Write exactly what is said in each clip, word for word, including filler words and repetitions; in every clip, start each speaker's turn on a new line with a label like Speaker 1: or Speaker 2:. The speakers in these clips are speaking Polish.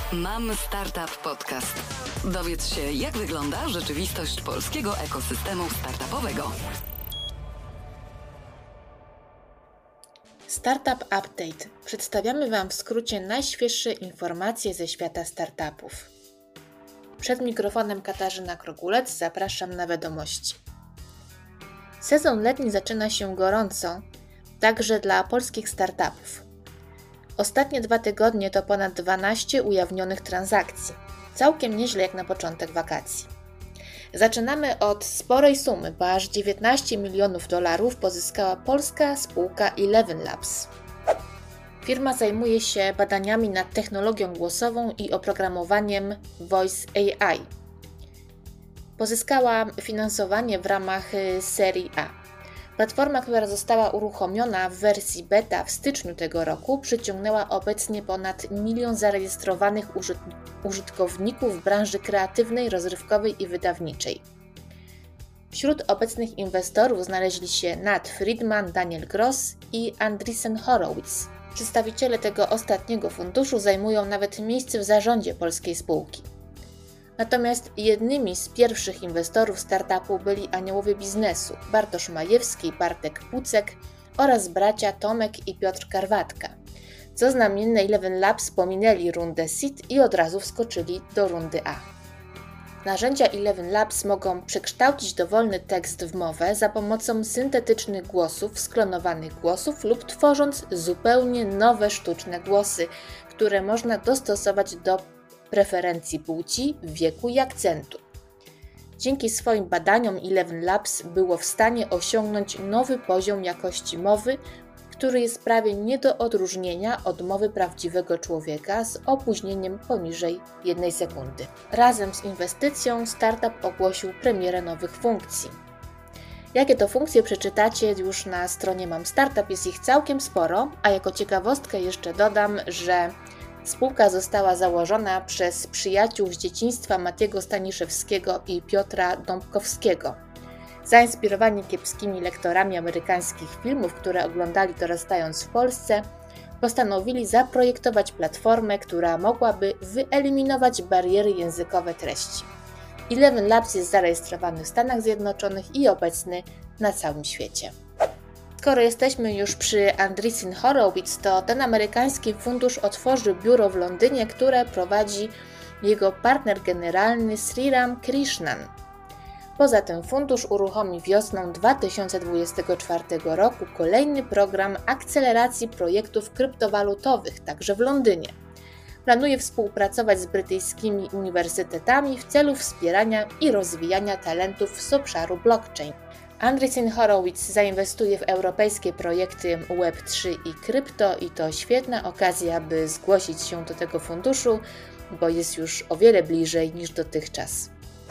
Speaker 1: Mam Startup Podcast. Dowiedz się, jak wygląda rzeczywistość polskiego ekosystemu startupowego.
Speaker 2: Startup Update. Przedstawiamy Wam w skrócie najświeższe informacje ze świata startupów. Przed mikrofonem Katarzyna Krogulec, zapraszam na wiadomości. Sezon letni zaczyna się gorąco, także dla polskich startupów. Ostatnie dwa tygodnie to ponad dwanaście ujawnionych transakcji. Całkiem nieźle jak na początek wakacji. Zaczynamy od sporej sumy, bo aż dziewiętnaście milionów dolarów pozyskała polska spółka Eleven Labs. Firma zajmuje się badaniami nad technologią głosową i oprogramowaniem Voice A I. Pozyskała finansowanie w ramach serii A. Platforma, która została uruchomiona w wersji beta w styczniu tego roku, przyciągnęła obecnie ponad milion zarejestrowanych użyt- użytkowników w branży kreatywnej, rozrywkowej i wydawniczej. Wśród obecnych inwestorów znaleźli się Nat Friedman, Daniel Gross i Andreessen Horowitz. Przedstawiciele tego ostatniego funduszu zajmują nawet miejsce w zarządzie polskiej spółki. Natomiast jednymi z pierwszych inwestorów startupu byli aniołowie biznesu Bartosz Majewski, Bartek Pucek oraz bracia Tomek i Piotr Karwatka. Co znamienne, Eleven Labs pominęli rundę seed i od razu wskoczyli do rundy A. Narzędzia Eleven Labs mogą przekształcić dowolny tekst w mowę za pomocą syntetycznych głosów, sklonowanych głosów lub tworząc zupełnie nowe sztuczne głosy, które można dostosować do preferencji płci, wieku i akcentu. Dzięki swoim badaniom Eleven Labs było w stanie osiągnąć nowy poziom jakości mowy, który jest prawie nie do odróżnienia od mowy prawdziwego człowieka z opóźnieniem poniżej jednej sekundy. Razem z inwestycją startup ogłosił premierę nowych funkcji. Jakie to funkcje przeczytacie już na stronie Mam Startup, jest ich całkiem sporo, a jako ciekawostkę jeszcze dodam, że spółka została założona przez przyjaciół z dzieciństwa Matiego Staniszewskiego i Piotra Dąbkowskiego. Zainspirowani kiepskimi lektorami amerykańskich filmów, które oglądali dorastając w Polsce, postanowili zaprojektować platformę, która mogłaby wyeliminować bariery językowe treści. Eleven Labs jest zarejestrowany w Stanach Zjednoczonych i obecny na całym świecie. Skoro jesteśmy już przy Andreessen Horowitz, to ten amerykański fundusz otworzył biuro w Londynie, które prowadzi jego partner generalny Sriram Krishnan. Poza tym fundusz uruchomi wiosną dwa tysiące dwudziestego czwartego roku kolejny program akceleracji projektów kryptowalutowych, także w Londynie. Planuje współpracować z brytyjskimi uniwersytetami w celu wspierania i rozwijania talentów z obszaru blockchain. Andreessen Horowitz zainwestuje w europejskie projekty Web trzy i krypto i to świetna okazja, by zgłosić się do tego funduszu, bo jest już o wiele bliżej niż dotychczas.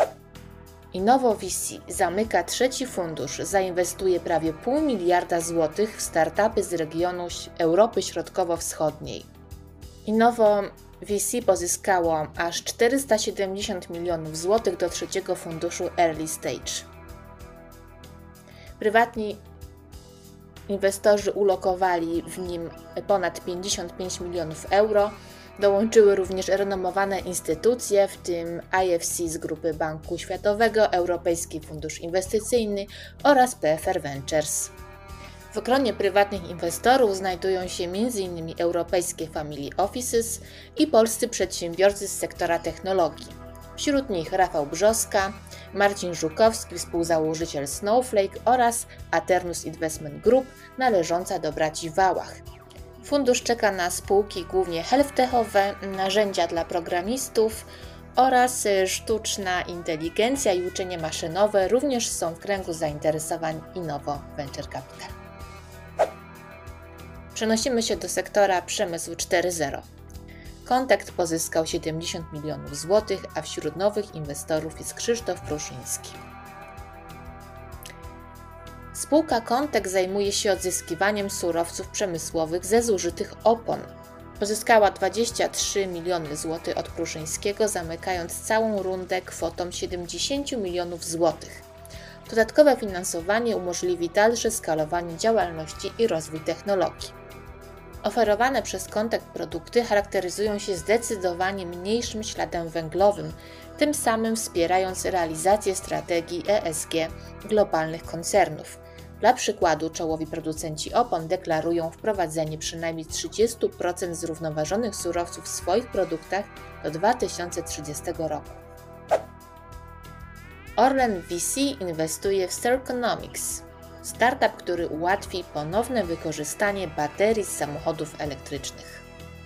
Speaker 2: Innovo V C zamyka trzeci fundusz, zainwestuje prawie pół miliarda złotych w startupy z regionu Europy Środkowo-Wschodniej. Innovo V C pozyskało aż czterysta siedemdziesiąt milionów złotych do trzeciego funduszu Early Stage. Prywatni inwestorzy ulokowali w nim ponad pięćdziesiąt pięć milionów euro. Dołączyły również renomowane instytucje, w tym I F C z grupy Banku Światowego, Europejski Fundusz Inwestycyjny oraz P F R Ventures. W gronie prywatnych inwestorów znajdują się między innymi europejskie Family Offices i polscy przedsiębiorcy z sektora technologii. Wśród nich Rafał Brzoska, Marcin Żukowski, współzałożyciel Snowflake oraz Aternus Investment Group należąca do braci Wałach. Fundusz czeka na spółki głównie health-techowe, narzędzia dla programistów oraz sztuczna inteligencja i uczenie maszynowe również są w kręgu zainteresowań Innovo Venture Capital. Przenosimy się do sektora przemysłu cztery zero. Kontakt pozyskał siedemdziesiąt milionów złotych, a wśród nowych inwestorów jest Krzysztof Pruszyński. Spółka Kontek zajmuje się odzyskiwaniem surowców przemysłowych ze zużytych opon. Pozyskała dwadzieścia trzy miliony złotych od Pruszyńskiego, zamykając całą rundę kwotą siedemdziesiąt milionów złotych. Dodatkowe finansowanie umożliwi dalsze skalowanie działalności i rozwój technologii. Oferowane przez Contact produkty charakteryzują się zdecydowanie mniejszym śladem węglowym, tym samym wspierając realizację strategii E S G globalnych koncernów. Dla przykładu czołowi producenci opon deklarują wprowadzenie przynajmniej trzydzieści procent zrównoważonych surowców w swoich produktach do dwa tysiące trzydziestego roku. Orlen V C inwestuje w Circonomics, startup, który ułatwi ponowne wykorzystanie baterii z samochodów elektrycznych.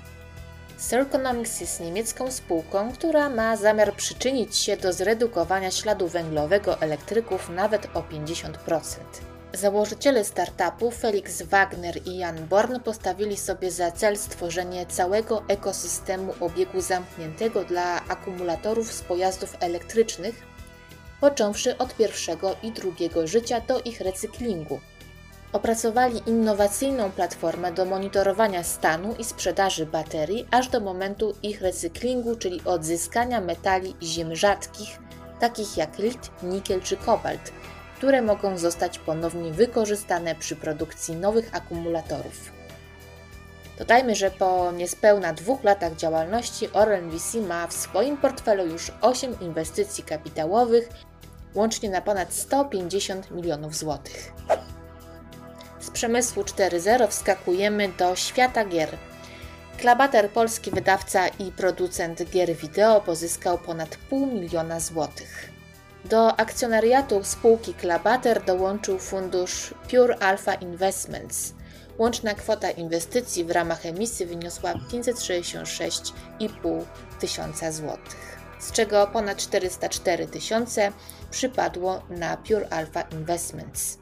Speaker 2: Circonomics jest niemiecką spółką, która ma zamiar przyczynić się do zredukowania śladu węglowego elektryków nawet o pięćdziesiąt procent. Założyciele startupu Felix Wagner i Jan Born postawili sobie za cel stworzenie całego ekosystemu obiegu zamkniętego dla akumulatorów z pojazdów elektrycznych, począwszy od pierwszego i drugiego życia do ich recyklingu. Opracowali innowacyjną platformę do monitorowania stanu i sprzedaży baterii aż do momentu ich recyklingu, czyli odzyskania metali ziem rzadkich, takich jak lit, nikiel czy kobalt, które mogą zostać ponownie wykorzystane przy produkcji nowych akumulatorów. Dodajmy, że po niespełna dwóch latach działalności Orlen V C ma w swoim portfelu już osiem inwestycji kapitałowych, łącznie na ponad sto pięćdziesiąt milionów złotych. Z przemysłu cztery zero wskakujemy do świata gier. Klabater, polski wydawca i producent gier wideo, pozyskał ponad pół miliona złotych. Do akcjonariatu spółki Klabater dołączył fundusz Pure Alpha Investments. Łączna kwota inwestycji w ramach emisji wyniosła pięćset sześćdziesiąt sześć i pół tysiąca złotych, z czego ponad czterysta cztery tysiące przypadło na Pure Alpha Investments.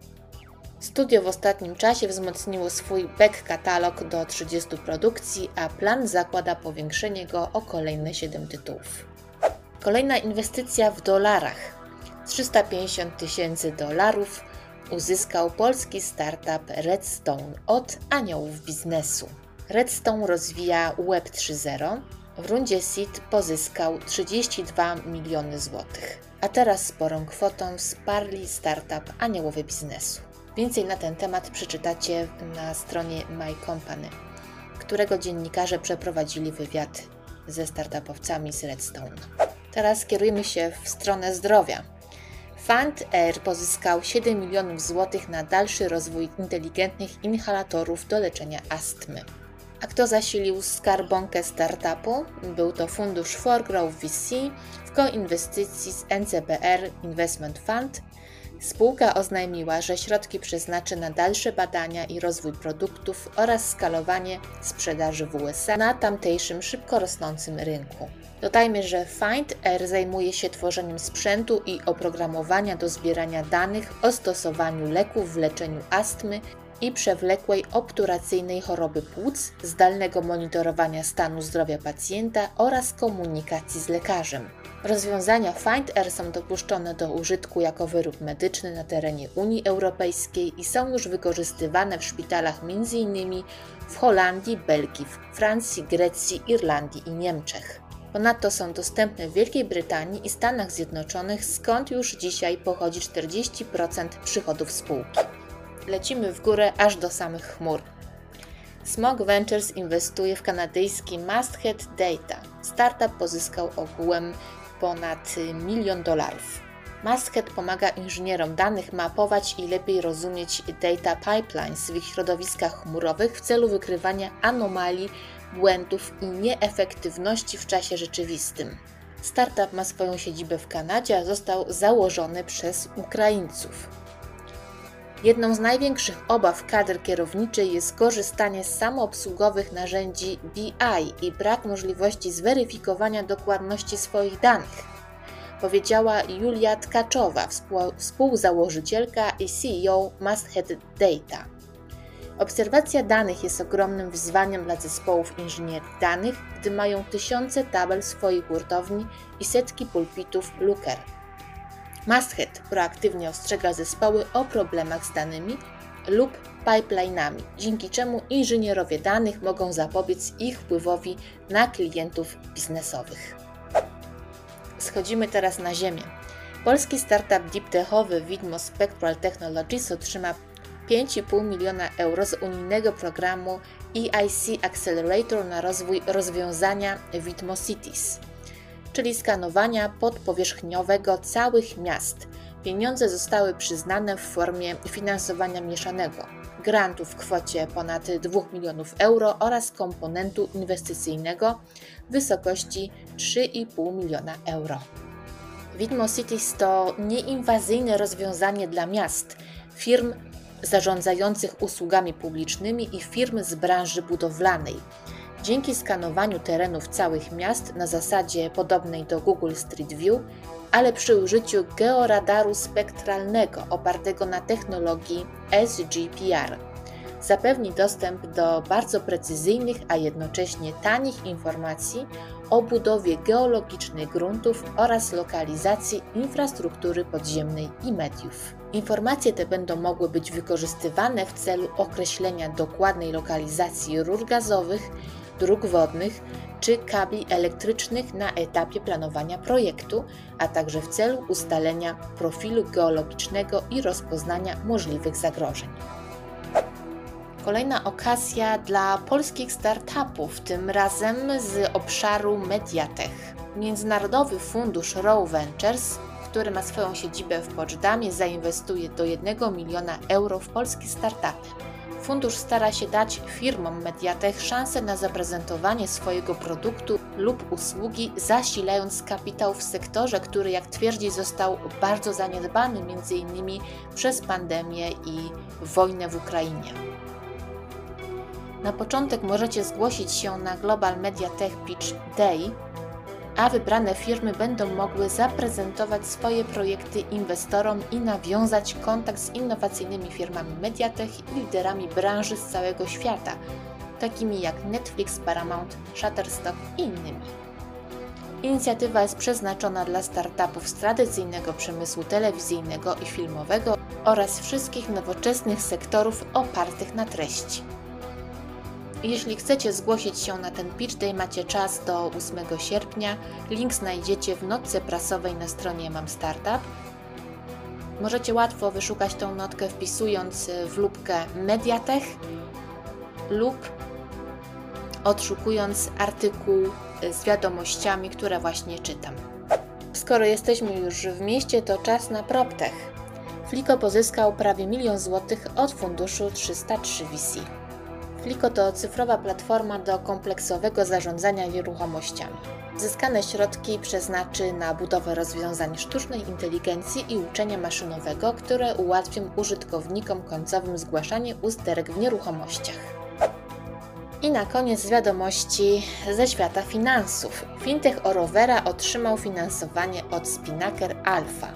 Speaker 2: Studio w ostatnim czasie wzmocniło swój back katalog do trzydziestu produkcji, a plan zakłada powiększenie go o kolejne siedem tytułów. Kolejna inwestycja w dolarach. trzysta pięćdziesiąt tysięcy dolarów uzyskał polski startup Redstone od aniołów biznesu. Redstone rozwija Web trzy zero. W rundzie seed pozyskał trzydzieści dwa miliony złotych, a teraz sporą kwotą wsparli startup aniołowie biznesu. Więcej na ten temat przeczytacie na stronie My Company, którego dziennikarze przeprowadzili wywiad ze startupowcami z Redstone. Teraz kierujemy się w stronę zdrowia. Fund Air pozyskał siedem milionów złotych na dalszy rozwój inteligentnych inhalatorów do leczenia astmy. A kto zasilił skarbonkę startupu? Był to fundusz ForGrowth V C w koinwestycji z N C B R Investment Fund. Spółka oznajmiła, że środki przeznaczy na dalsze badania i rozwój produktów oraz skalowanie sprzedaży w U S A na tamtejszym szybko rosnącym rynku. Dodajmy, że Find Air zajmuje się tworzeniem sprzętu i oprogramowania do zbierania danych o stosowaniu leków w leczeniu astmy i przewlekłej obturacyjnej choroby płuc, zdalnego monitorowania stanu zdrowia pacjenta oraz komunikacji z lekarzem. Rozwiązania Find Air są dopuszczone do użytku jako wyrób medyczny na terenie Unii Europejskiej i są już wykorzystywane w szpitalach między innymi w Holandii, Belgii, Francji, Grecji, Irlandii i Niemczech. Ponadto są dostępne w Wielkiej Brytanii i Stanach Zjednoczonych, skąd już dzisiaj pochodzi czterdzieści procent przychodów spółki. Lecimy w górę aż do samych chmur. Smog Ventures inwestuje w kanadyjski Masthead Data. Startup pozyskał ogółem ponad milion dolarów. Masthead pomaga inżynierom danych mapować i lepiej rozumieć data pipelines w ich środowiskach chmurowych w celu wykrywania anomalii, błędów i nieefektywności w czasie rzeczywistym. Startup ma swoją siedzibę w Kanadzie, a został założony przez Ukraińców. Jedną z największych obaw kadr kierowniczej jest korzystanie z samoobsługowych narzędzi B I i brak możliwości zweryfikowania dokładności swoich danych, powiedziała Julia Tkaczowa, współzałożycielka i C E O Masthead Data. Obserwacja danych jest ogromnym wyzwaniem dla zespołów inżynierii danych, gdy mają tysiące tabel w swoich hurtowni i setki pulpitów Looker. Masthead proaktywnie ostrzega zespoły o problemach z danymi lub pipeline'ami, dzięki czemu inżynierowie danych mogą zapobiec ich wpływowi na klientów biznesowych. Schodzimy teraz na ziemię. Polski startup deep techowy Widmo Spectral Technologies otrzyma pięć i pół miliona euro z unijnego programu E I C Accelerator na rozwój rozwiązania Widmo Cities, czyli skanowania podpowierzchniowego całych miast. Pieniądze zostały przyznane w formie finansowania mieszanego, grantu w kwocie ponad dwóch milionów euro oraz komponentu inwestycyjnego w wysokości trzy i pół miliona euro. Widmo Cities to nieinwazyjne rozwiązanie dla miast, firm zarządzających usługami publicznymi i firm z branży budowlanej. Dzięki skanowaniu terenów całych miast na zasadzie podobnej do Google Street View, ale przy użyciu georadaru spektralnego opartego na technologii S G P R, zapewni dostęp do bardzo precyzyjnych, a jednocześnie tanich informacji o budowie geologicznej gruntów oraz lokalizacji infrastruktury podziemnej i mediów. Informacje te będą mogły być wykorzystywane w celu określenia dokładnej lokalizacji rur gazowych, dróg wodnych czy kabli elektrycznych na etapie planowania projektu, a także w celu ustalenia profilu geologicznego i rozpoznania możliwych zagrożeń. Kolejna okazja dla polskich startupów, tym razem z obszaru Mediatech. Międzynarodowy fundusz Row Ventures, który ma swoją siedzibę w Poczdamie, zainwestuje do jednego miliona euro w polskie startupy. Fundusz stara się dać firmom Mediatech szansę na zaprezentowanie swojego produktu lub usługi, zasilając kapitał w sektorze, który, jak twierdzi, został bardzo zaniedbany między innymi przez pandemię i wojnę w Ukrainie. Na początek możecie zgłosić się na Global Media Tech Pitch Day, a wybrane firmy będą mogły zaprezentować swoje projekty inwestorom i nawiązać kontakt z innowacyjnymi firmami Mediatech i liderami branży z całego świata, takimi jak Netflix, Paramount, Shutterstock i innymi. Inicjatywa jest przeznaczona dla startupów z tradycyjnego przemysłu telewizyjnego i filmowego oraz wszystkich nowoczesnych sektorów opartych na treści. Jeśli chcecie zgłosić się na ten Pitch Day, macie czas do ósmego sierpnia. Link znajdziecie w notce prasowej na stronie Mam Startup. Możecie łatwo wyszukać tą notkę, wpisując w lupkę Mediatech lub odszukując artykuł z wiadomościami, które właśnie czytam. Skoro jesteśmy już w mieście, to czas na PropTech. Fliko pozyskał prawie milion złotych od funduszu trzysta trzy V C. Fliko to cyfrowa platforma do kompleksowego zarządzania nieruchomościami. Zyskane środki przeznaczy na budowę rozwiązań sztucznej inteligencji i uczenia maszynowego, które ułatwią użytkownikom końcowym zgłaszanie usterek w nieruchomościach. I na koniec z wiadomości ze świata finansów. Fintech Orovera otrzymał finansowanie od Spinnaker Alpha.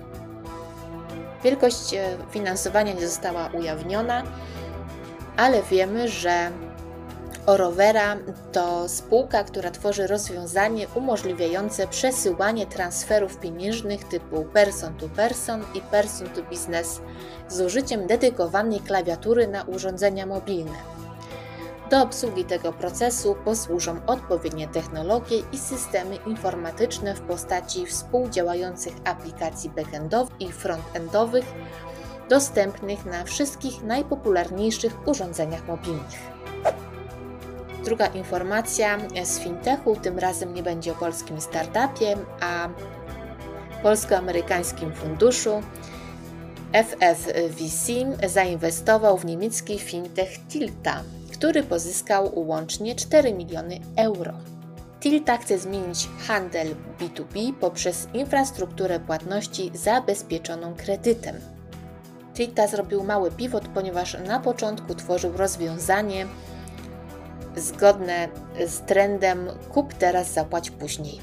Speaker 2: Wielkość finansowania nie została ujawniona, ale wiemy, że Orovera to spółka, która tworzy rozwiązanie umożliwiające przesyłanie transferów pieniężnych typu person to person i person to business z użyciem dedykowanej klawiatury na urządzenia mobilne. Do obsługi tego procesu posłużą odpowiednie technologie i systemy informatyczne w postaci współdziałających aplikacji backendowych i frontendowych, dostępnych na wszystkich najpopularniejszych urządzeniach mobilnych. Druga informacja z fintechu, tym razem nie będzie o polskim startupie, a polsko-amerykańskim funduszu. F F V C zainwestował w niemiecki fintech Tilta, który pozyskał łącznie cztery miliony euro. Tilta chce zmienić handel B dwa B poprzez infrastrukturę płatności zabezpieczoną kredytem. Tilta zrobił mały pivot, ponieważ na początku tworzył rozwiązanie zgodne z trendem kup teraz, zapłać później.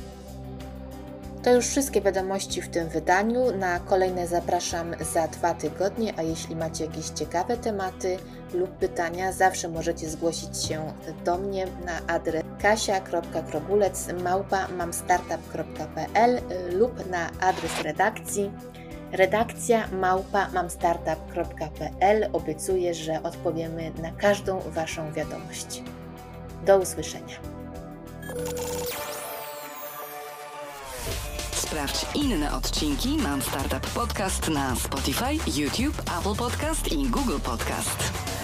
Speaker 2: To już wszystkie wiadomości w tym wydaniu. Na kolejne zapraszam za dwa tygodnie, a jeśli macie jakieś ciekawe tematy lub pytania, zawsze możecie zgłosić się do mnie na adres kasia kropka krogulec małpa mamstartup kropka p l lub na adres redakcji redakcja małpa mamstartup kropka p l. Obiecuję, że odpowiemy na każdą Waszą wiadomość. Do usłyszenia.
Speaker 1: Sprawdź inne odcinki Mam Startup Podcast na Spotify, YouTube, Apple Podcast i Google Podcast.